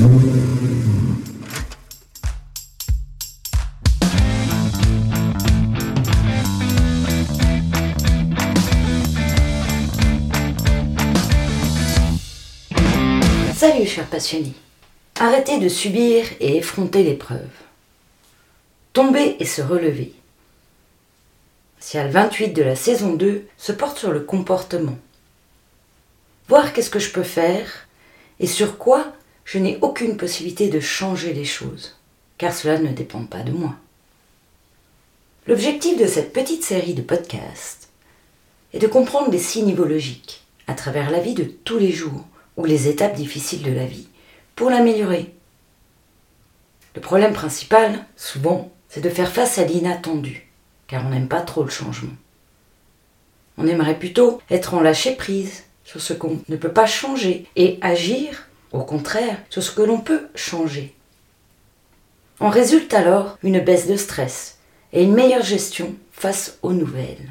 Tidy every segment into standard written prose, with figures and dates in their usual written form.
Salut chers passionnés, arrêtez de subir et effronter l'épreuve. Tomber et se relever. Ciel 28 de la saison 2 se porte sur le comportement. Voir qu'est-ce que je peux faire et sur quoi je n'ai aucune possibilité de changer les choses, car cela ne dépend pas de moi. L'objectif de cette petite série de podcasts est de comprendre les 6 niveaux logiques à travers la vie de tous les jours ou les étapes difficiles de la vie pour l'améliorer. Le problème principal, souvent, c'est de faire face à l'inattendu, car on n'aime pas trop le changement. On aimerait plutôt être en lâcher-prise sur ce qu'on ne peut pas changer et agir, au contraire, sur ce que l'on peut changer. En résulte alors une baisse de stress et une meilleure gestion face aux nouvelles.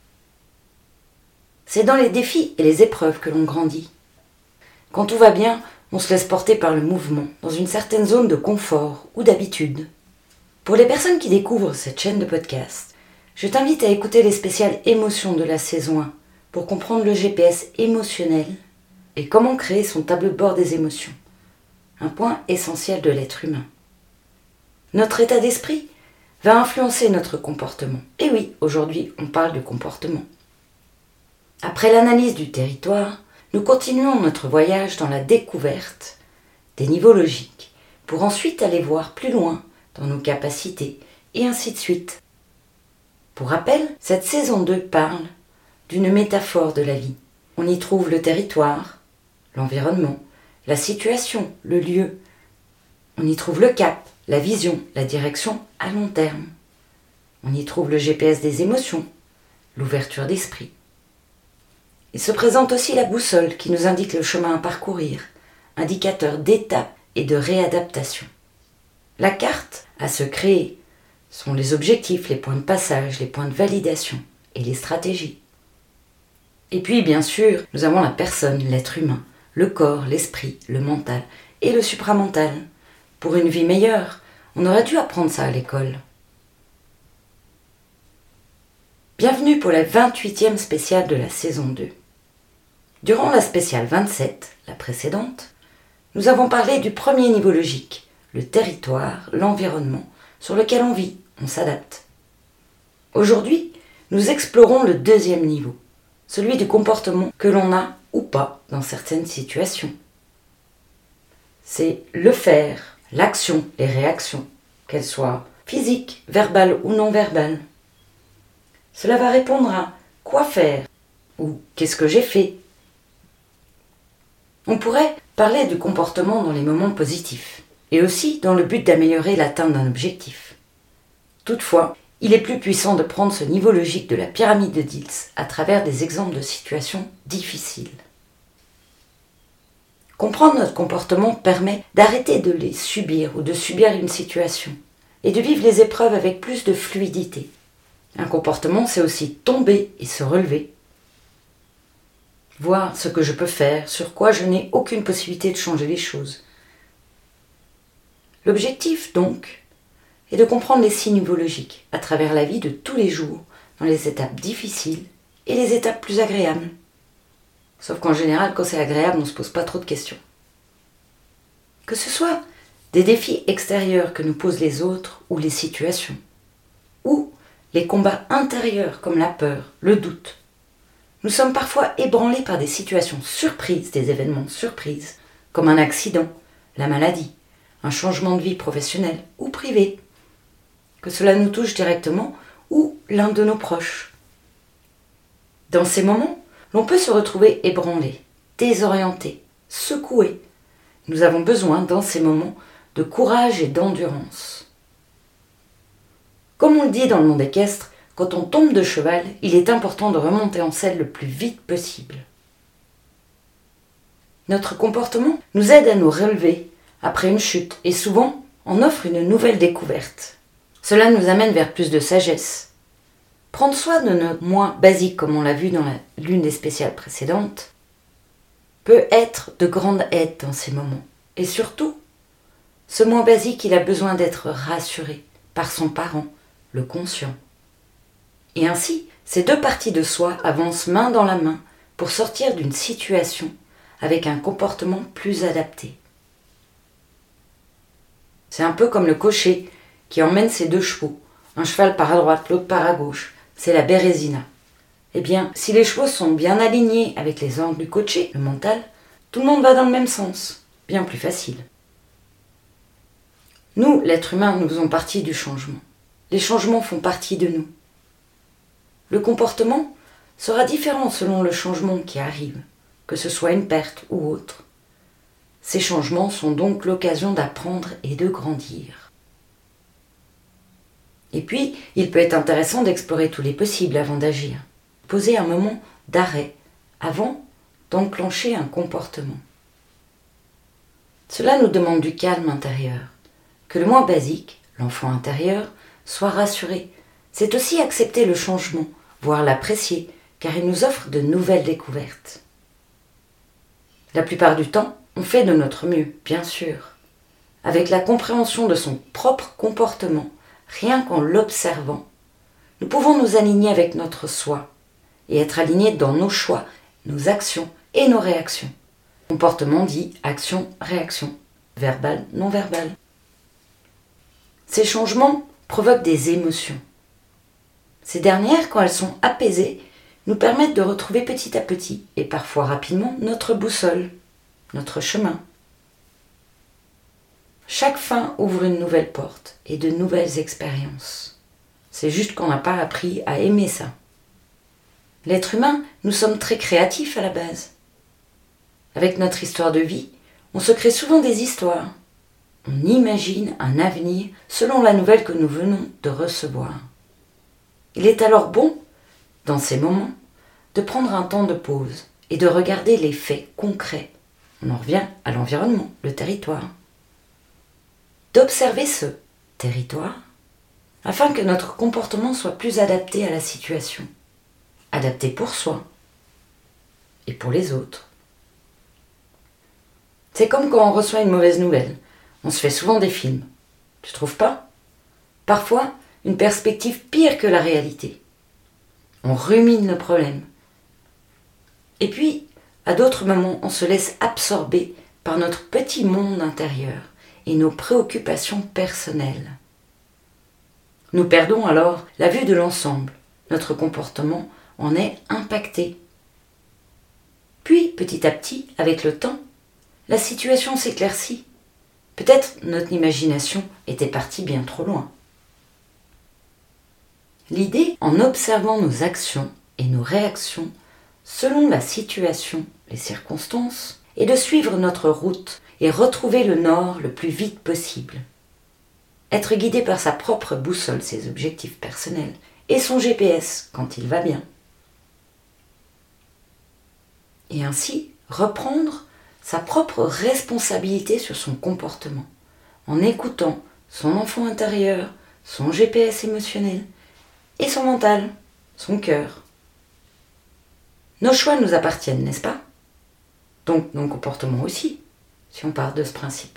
C'est dans les défis et les épreuves que l'on grandit. Quand tout va bien, on se laisse porter par le mouvement, dans une certaine zone de confort ou d'habitude. Pour les personnes qui découvrent cette chaîne de podcast, je t'invite à écouter les spéciales émotions de la saison 1 pour comprendre le GPS émotionnel et comment créer son tableau de bord des émotions, un point essentiel de l'être humain. Notre état d'esprit va influencer notre comportement. Et oui, aujourd'hui, on parle de comportement. Après l'analyse du territoire, nous continuons notre voyage dans la découverte des niveaux logiques pour ensuite aller voir plus loin dans nos capacités et ainsi de suite. Pour rappel, cette saison 2 parle d'une métaphore de la vie. On y trouve le territoire, l'environnement, la situation, le lieu. On y trouve le cap, la vision, la direction à long terme. On y trouve le GPS des émotions, l'ouverture d'esprit. Il se présente aussi la boussole qui nous indique le chemin à parcourir, indicateur d'étape et de réadaptation. La carte à se créer sont les objectifs, les points de passage, les points de validation et les stratégies. Et puis bien sûr, nous avons la personne, l'être humain, le corps, l'esprit, le mental et le supramental. Pour une vie meilleure, on aurait dû apprendre ça à l'école. Bienvenue pour la 28e spéciale de la saison 2. Durant la spéciale 27, la précédente, nous avons parlé du premier niveau logique, le territoire, l'environnement, sur lequel on vit, on s'adapte. Aujourd'hui, nous explorons le deuxième niveau, celui du comportement que l'on a ou pas dans certaines situations. C'est le faire, l'action, les réactions, qu'elles soient physiques, verbales ou non verbales. Cela va répondre à quoi faire ou qu'est-ce que j'ai fait. On pourrait parler du comportement dans les moments positifs et aussi dans le but d'améliorer l'atteinte d'un objectif. Toutefois, il est plus puissant de prendre ce niveau logique de la pyramide de Diels à travers des exemples de situations difficiles. Comprendre notre comportement permet d'arrêter de les subir ou de subir une situation et de vivre les épreuves avec plus de fluidité. Un comportement, c'est aussi tomber et se relever. Voir ce que je peux faire, sur quoi je n'ai aucune possibilité de changer les choses. L'objectif, donc, est de comprendre les 6 niveaux logiques à travers la vie de tous les jours, dans les étapes difficiles et les étapes plus agréables. Sauf qu'en général, quand c'est agréable, on ne se pose pas trop de questions. Que ce soit des défis extérieurs que nous posent les autres ou les situations, ou les combats intérieurs comme la peur, le doute. Nous sommes parfois ébranlés par des situations surprises, des événements surprises, comme un accident, la maladie, un changement de vie professionnelle ou privée, que cela nous touche directement ou l'un de nos proches. Dans ces moments, l'on peut se retrouver ébranlé, désorienté, secoué. Nous avons besoin, dans ces moments, de courage et d'endurance. Comme on le dit dans le monde équestre, quand on tombe de cheval, il est important de remonter en selle le plus vite possible. Notre comportement nous aide à nous relever après une chute et souvent en offre une nouvelle découverte. Cela nous amène vers plus de sagesse. Prendre soin de nos moi basiques, comme on l'a vu dans l'une des spéciales précédentes, peut être de grande aide dans ces moments. Et surtout, Ce moins basique, il a besoin d'être rassuré par son parent, le conscient. Et ainsi, ces deux parties de soi avancent main dans la main pour sortir d'une situation avec un comportement plus adapté. C'est un peu comme le cocher qui emmène ses deux chevaux. Un cheval part à droite, l'autre part à gauche. C'est la bérésina. Eh bien, si les chevaux sont bien alignés avec les ordres du cocher, le mental, tout le monde va dans le même sens. Bien plus facile. Nous, l'être humain, nous faisons partie du changement. Les changements font partie de nous. Le comportement sera différent selon le changement qui arrive, que ce soit une perte ou autre. Ces changements sont donc l'occasion d'apprendre et de grandir. Et puis, il peut être intéressant d'explorer tous les possibles avant d'agir. Poser un moment d'arrêt avant d'enclencher un comportement. Cela nous demande du calme intérieur. Que le moins basique, l'enfant intérieur, soit rassuré. C'est aussi accepter le changement, voire l'apprécier, car il nous offre de nouvelles découvertes. La plupart du temps, on fait de notre mieux, bien sûr. Avec la compréhension de son propre comportement, rien qu'en l'observant, nous pouvons nous aligner avec notre soi et être alignés dans nos choix, nos actions et nos réactions. Comportement dit action-réaction, verbal, non-verbal. Ces changements provoquent des émotions. Ces dernières, quand elles sont apaisées, nous permettent de retrouver petit à petit, et parfois rapidement, notre boussole, notre chemin. Chaque fin ouvre une nouvelle porte et de nouvelles expériences. C'est juste qu'on n'a pas appris à aimer ça. L'être humain, nous sommes très créatifs à la base. Avec notre histoire de vie, on se crée souvent des histoires. On imagine un avenir selon la nouvelle que nous venons de recevoir. Il est alors bon, dans ces moments, de prendre un temps de pause et de regarder les faits concrets. On en revient à l'environnement, le territoire. D'observer ce territoire afin que notre comportement soit plus adapté à la situation. Adapté pour soi et pour les autres. C'est comme quand on reçoit une mauvaise nouvelle. On se fait souvent des films. Tu trouves pas ? Parfois, une perspective pire que la réalité. On rumine le problème. Et puis, à d'autres moments, on se laisse absorber par notre petit monde intérieur et nos préoccupations personnelles. Nous perdons alors la vue de l'ensemble. Notre comportement en est impacté. Puis, petit à petit, avec le temps, la situation s'éclaircit. Peut-être notre imagination était partie bien trop loin. L'idée, en observant nos actions et nos réactions selon la situation, les circonstances, est de suivre notre route et retrouver le nord le plus vite possible. Être guidé par sa propre boussole, ses objectifs personnels, et son GPS quand il va bien. Et ainsi, reprendre sa propre responsabilité sur son comportement, en écoutant son enfant intérieur, son GPS émotionnel, et son mental, son cœur. Nos choix nous appartiennent, n'est-ce pas ? Donc nos comportements aussi, si on part de ce principe.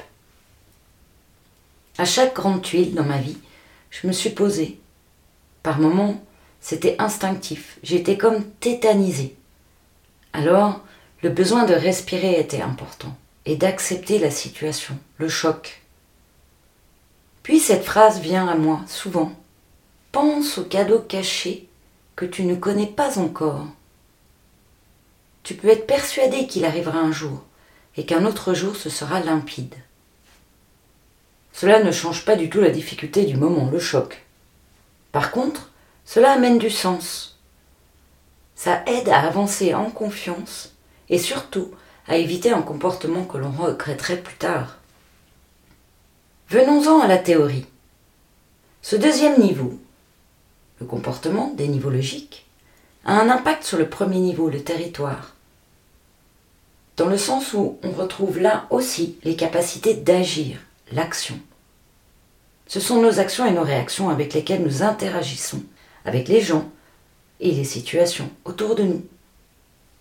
À chaque grande tuile dans ma vie, je me suis posée. Par moments, c'était instinctif, j'étais comme tétanisée. Alors, le besoin de respirer était important et d'accepter la situation, le choc. Puis cette phrase vient à moi souvent. Pense au cadeau caché que tu ne connais pas encore. Tu peux être persuadé qu'il arrivera un jour et qu'un autre jour ce sera limpide. Cela ne change pas du tout la difficulté du moment, le choc. Par contre, cela amène du sens. Ça aide à avancer en confiance et surtout à éviter un comportement que l'on regretterait plus tard. Venons-en à la théorie. Ce deuxième niveau, le comportement des niveaux logiques, a un impact sur le premier niveau, le territoire. Dans le sens où on retrouve là aussi les capacités d'agir, l'action. Ce sont nos actions et nos réactions avec lesquelles nous interagissons avec les gens et les situations autour de nous.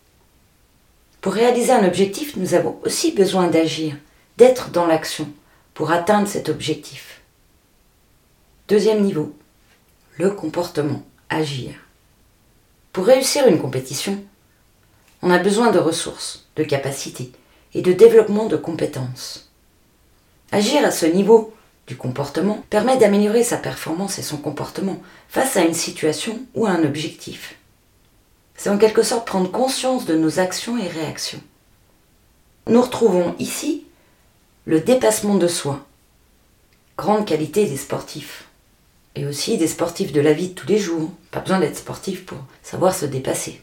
Pour réaliser un objectif, nous avons aussi besoin d'agir, d'être dans l'action, pour atteindre cet objectif. Deuxième niveau, le comportement, agir. Pour réussir une compétition, on a besoin de ressources, de capacités et de développement de compétences. Agir à ce niveau du comportement permet d'améliorer sa performance et son comportement face à une situation ou à un objectif. C'est en quelque sorte prendre conscience de nos actions et réactions. Nous retrouvons ici le dépassement de soi, grande qualité des sportifs, et aussi des sportifs de la vie de tous les jours. Pas besoin d'être sportif pour savoir se dépasser.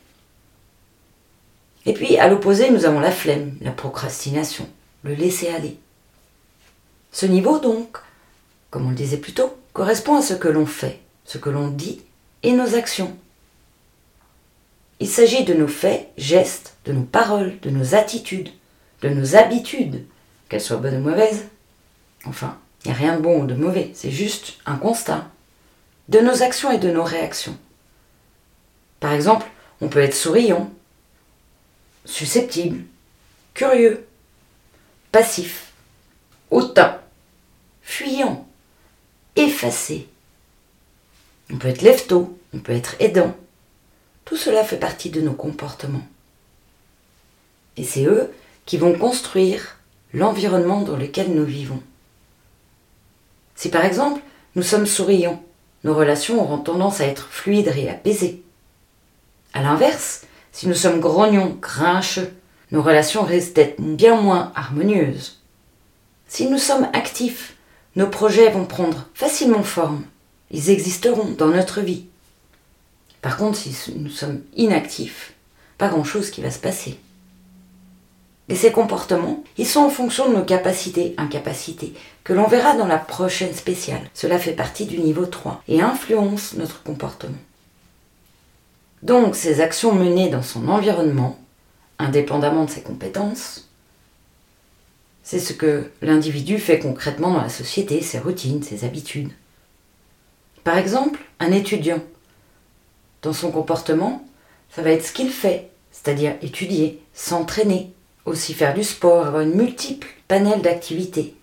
Et puis, à l'opposé, nous avons la flemme, la procrastination, le laisser-aller. Ce niveau, donc, comme on le disait plus tôt, correspond à ce que l'on fait, ce que l'on dit et nos actions. Il s'agit de nos faits, gestes, de nos paroles, de nos attitudes, de nos habitudes, qu'elles soient bonnes ou mauvaises. Enfin, il n'y a rien de bon ou de mauvais, c'est juste un constat. De nos actions et de nos réactions. Par exemple, on peut être souriant, susceptible, curieux, passif, hautain, fuyant, effacé. On peut être lève-tôt, on peut être aidant. Tout cela fait partie de nos comportements. Et c'est eux qui vont construire l'environnement dans lequel nous vivons. Si par exemple, nous sommes souriants, nos relations auront tendance à être fluides et apaisées. A l'inverse, si nous sommes grognons, grincheux, nos relations risquent d'être bien moins harmonieuses. Si nous sommes actifs, nos projets vont prendre facilement forme. Ils existeront dans notre vie. Par contre, si nous sommes inactifs, pas grand-chose qui va se passer. Et ces comportements, ils sont en fonction de nos capacités, incapacités, que l'on verra dans la prochaine spéciale. Cela fait partie du niveau 3 et influence notre comportement. Donc, ces actions menées dans son environnement, indépendamment de ses compétences, c'est ce que l'individu fait concrètement dans la société, ses routines, ses habitudes. Par exemple, un étudiant, dans son comportement, ça va être ce qu'il fait, c'est-à-dire étudier, s'entraîner, aussi faire du sport, avoir une multiple panel d'activités.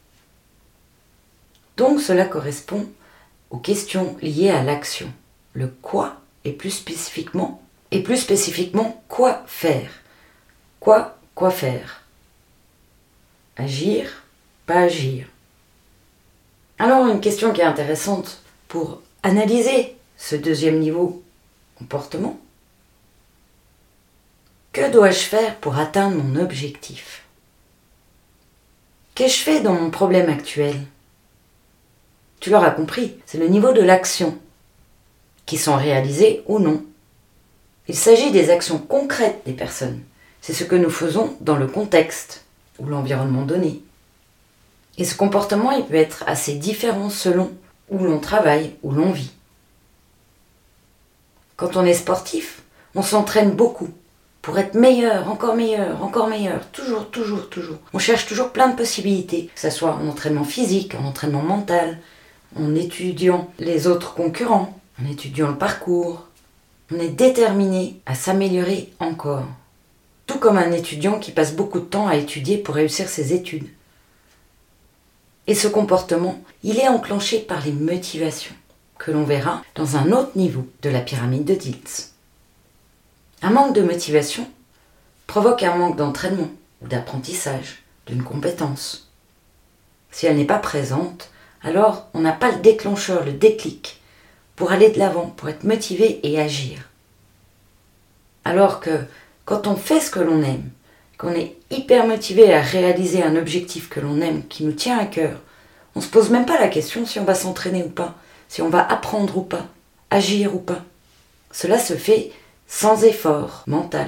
Donc cela correspond aux questions liées à l'action, le quoi et plus spécifiquement quoi faire. Quoi faire. Agir, pas agir. Alors une question qui est intéressante pour analyser ce deuxième niveau comportement. Que dois-je faire pour atteindre mon objectif ? Qu'ai-je fait dans mon problème actuel ? Tu l'auras compris, c'est le niveau de l'action, qui sont réalisées ou non. Il s'agit des actions concrètes des personnes. C'est ce que nous faisons dans le contexte ou l'environnement donné. Et ce comportement, il peut être assez différent selon où l'on travaille, où l'on vit. Quand on est sportif, on s'entraîne beaucoup pour être meilleur, encore meilleur, toujours. On cherche toujours plein de possibilités, que ce soit en entraînement physique, en entraînement mental, en étudiant les autres concurrents, en étudiant le parcours. On est déterminé à s'améliorer encore. Tout comme un étudiant qui passe beaucoup de temps à étudier pour réussir ses études. Et ce comportement, il est enclenché par les motivations, que l'on verra dans un autre niveau de la pyramide de Diels. Un manque de motivation provoque un manque d'entraînement ou d'apprentissage d'une compétence. Si elle n'est pas présente, alors on n'a pas le déclencheur, le déclic, pour aller de l'avant, pour être motivé et agir. Alors que quand on fait ce que l'on aime, qu'on est hyper motivé à réaliser un objectif que l'on aime, qui nous tient à cœur, on ne se pose même pas la question si on va s'entraîner ou pas, si on va apprendre ou pas, agir ou pas. Cela se fait sans effort mental.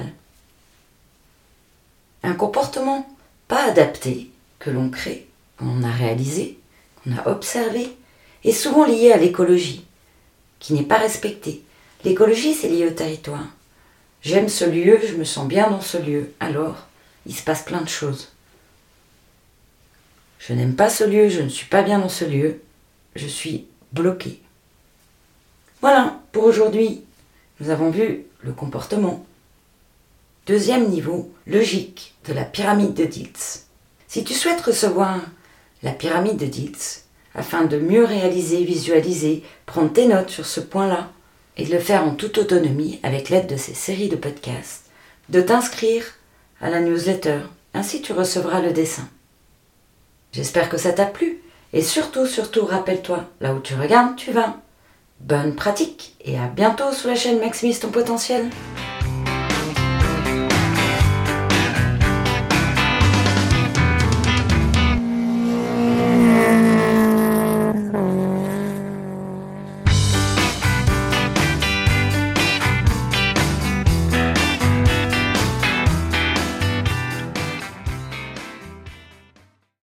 Un comportement pas adapté que l'on crée, qu'on a réalisé, qu'on a observé, est souvent lié à l'écologie, qui n'est pas respectée. L'écologie, c'est lié au territoire. J'aime ce lieu, je me sens bien dans ce lieu, alors il se passe plein de choses. Je n'aime pas ce lieu, je ne suis pas bien dans ce lieu, je suis bloqué. Voilà, pour aujourd'hui, nous avons vu le comportement. Deuxième niveau, logique, de la pyramide de Diels. Si tu souhaites recevoir la pyramide de Dietz, afin de mieux réaliser, visualiser, prendre tes notes sur ce point-là, et de le faire en toute autonomie avec l'aide de ces séries de podcasts, de t'inscrire à la newsletter, ainsi tu recevras le dessin. J'espère que ça t'a plu, et surtout, rappelle-toi, là où tu regardes, tu vas. Bonne pratique, et à bientôt sur la chaîne Maximise ton potentiel.